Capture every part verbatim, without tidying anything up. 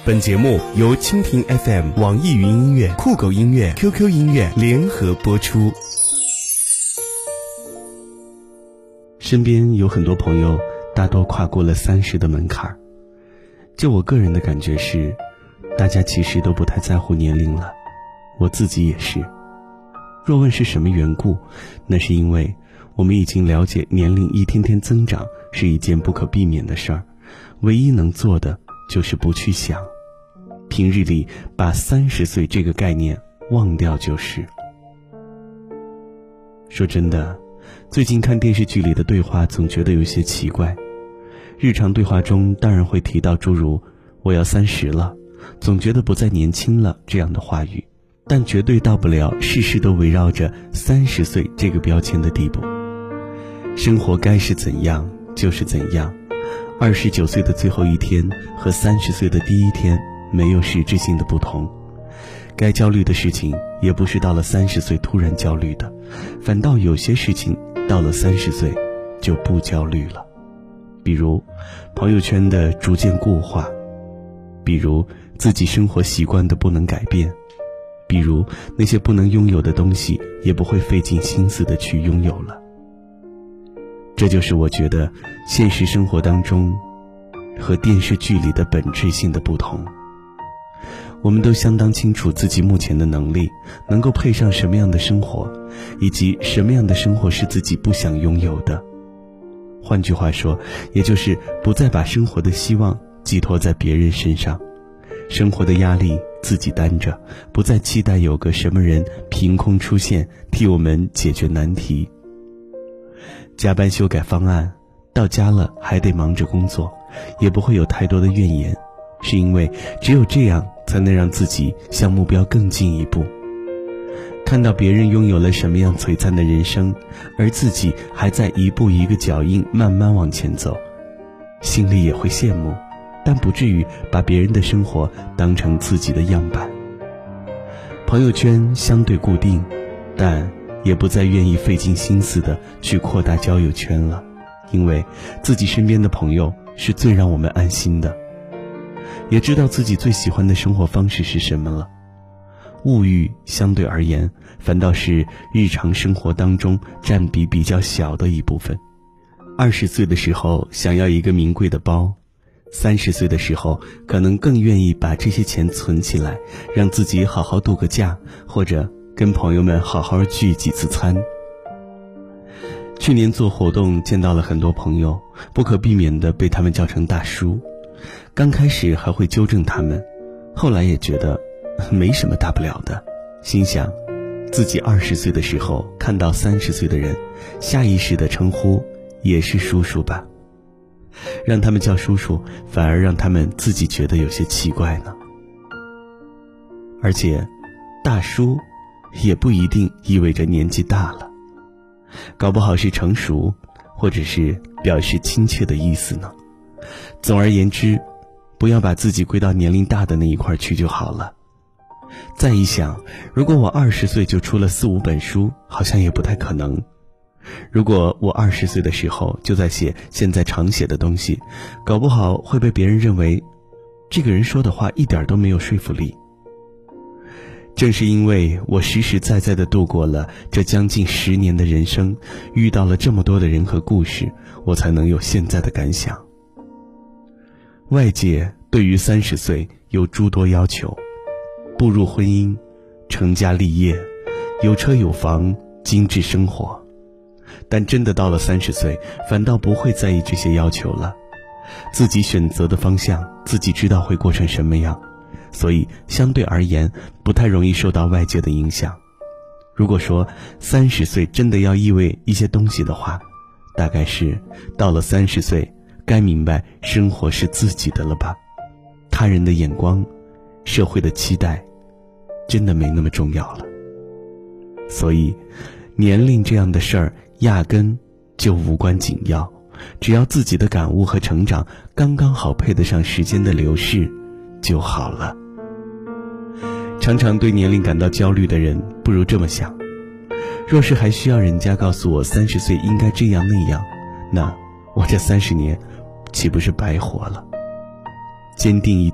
本节目由蜻蜓 F M、网易云音乐、酷狗音乐、Q Q 音乐联合播出。 身边有很多朋友，大多跨过了三十的门槛。就我个人的感觉是，大家其实都不太在乎年龄了，我自己也是。若问是什么缘故，那是因为我们已经了解年龄一天天增长是一件不可避免的事儿，唯一能做的就是不去想，平日里把三十岁这个概念忘掉就是。说真的，最近看电视剧里的对话总觉得有些奇怪。日常对话中当然会提到诸如我要三十了，总觉得不再年轻了这样的话语，但绝对到不了事事都围绕着三十岁这个标签的地步。生活该是怎样就是怎样，二十九岁的最后一天和三十岁的第一天没有实质性的不同。该焦虑的事情也不是到了三十岁突然焦虑的，反倒有些事情到了三十岁就不焦虑了。比如朋友圈的逐渐固化，比如自己生活习惯的不能改变，比如那些不能拥有的东西也不会费尽心思的去拥有了。这就是我觉得现实生活当中和电视剧里的本质性的不同。我们都相当清楚自己目前的能力能够配上什么样的生活，以及什么样的生活是自己不想拥有的。换句话说，也就是不再把生活的希望寄托在别人身上，生活的压力自己担着，不再期待有个什么人凭空出现替我们解决难题。加班修改方案，到家了还得忙着工作，也不会有太多的怨言，是因为只有这样才能让自己向目标更进一步。看到别人拥有了什么样璀璨的人生，而自己还在一步一个脚印慢慢往前走，心里也会羡慕，但不至于把别人的生活当成自己的样板。朋友圈相对固定，但也不再愿意费尽心思的去扩大交友圈了，因为自己身边的朋友是最让我们安心的，也知道自己最喜欢的生活方式是什么了。物欲相对而言反倒是日常生活当中占比比较小的一部分。二十岁的时候想要一个名贵的包，三十岁的时候可能更愿意把这些钱存起来，让自己好好度个假，或者跟朋友们好好聚几次餐。去年做活动见到了很多朋友，不可避免地被他们叫成大叔。刚开始还会纠正他们，后来也觉得没什么大不了的，心想自己二十岁的时候看到三十岁的人，下意识的称呼也是叔叔吧，让他们叫叔叔反而让他们自己觉得有些奇怪呢。而且大叔也不一定意味着年纪大了，搞不好是成熟，或者是表示亲切的意思呢。总而言之，不要把自己归到年龄大的那一块去就好了。再一想，如果我二十岁就出了四五本书，好像也不太可能。如果我二十岁的时候就在写现在常写的东西，搞不好会被别人认为这个人说的话一点都没有说服力。正是因为我实实在在地度过了这将近十年的人生，遇到了这么多的人和故事，我才能有现在的感想。外界对于三十岁有诸多要求，步入婚姻，成家立业，有车有房，精致生活。但真的到了三十岁，反倒不会在意这些要求了。自己选择的方向，自己知道会过成什么样，所以相对而言不太容易受到外界的影响。如果说三十岁真的要意味一些东西的话，大概是到了三十岁该明白生活是自己的了吧，他人的眼光，社会的期待真的没那么重要了。所以年龄这样的事儿压根就无关紧要，只要自己的感悟和成长刚刚好配得上时间的流逝就好了。常常对年龄感到焦虑的人，不如这么想：若是还需要人家告诉我三十岁应该这样那样，那我这三十年岂不是白活了？坚定一点，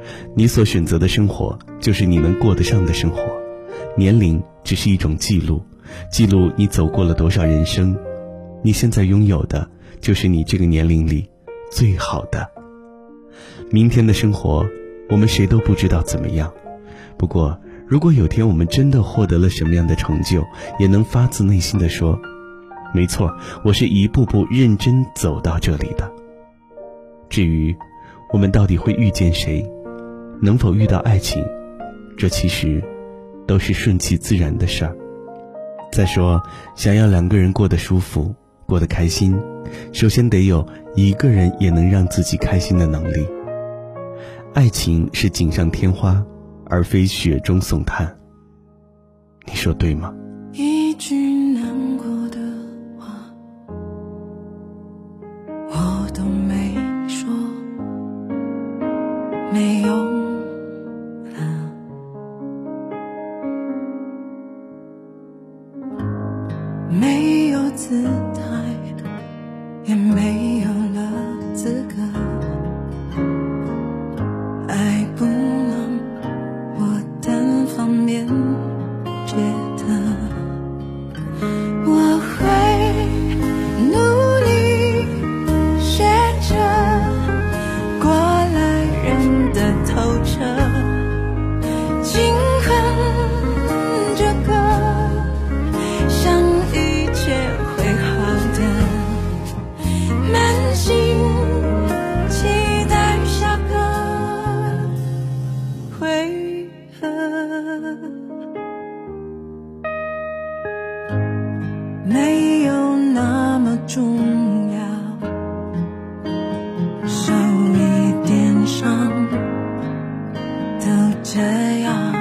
你所选择的生活就是你能过得上的生活，年龄只是一种记录，记录你走过了多少人生，你现在拥有的就是你这个年龄里最好的。明天的生活我们谁都不知道怎么样，不过如果有天我们真的获得了什么样的成就，也能发自内心地说，没错，我是一步步认真走到这里的。至于我们到底会遇见谁，能否遇到爱情，这其实都是顺其自然的事儿。再说，想要两个人过得舒服，过得开心，首先得有一个人也能让自己开心的能力。爱情是锦上添花，而非雪中送炭，你说对吗？ 一句难过的话我都没说，没用了，没有姿态，也没有了资格，爱不能我单方面觉得，我会努力学着过来人的透彻，尽恨这个想一切会好的，满心期待下个回合，没有那么重要，受一点伤都这样，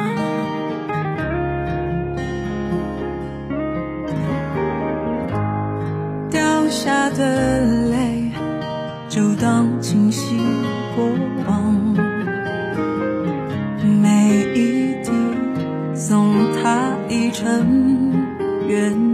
掉下的泪就当清洗过往，每一滴送他一程远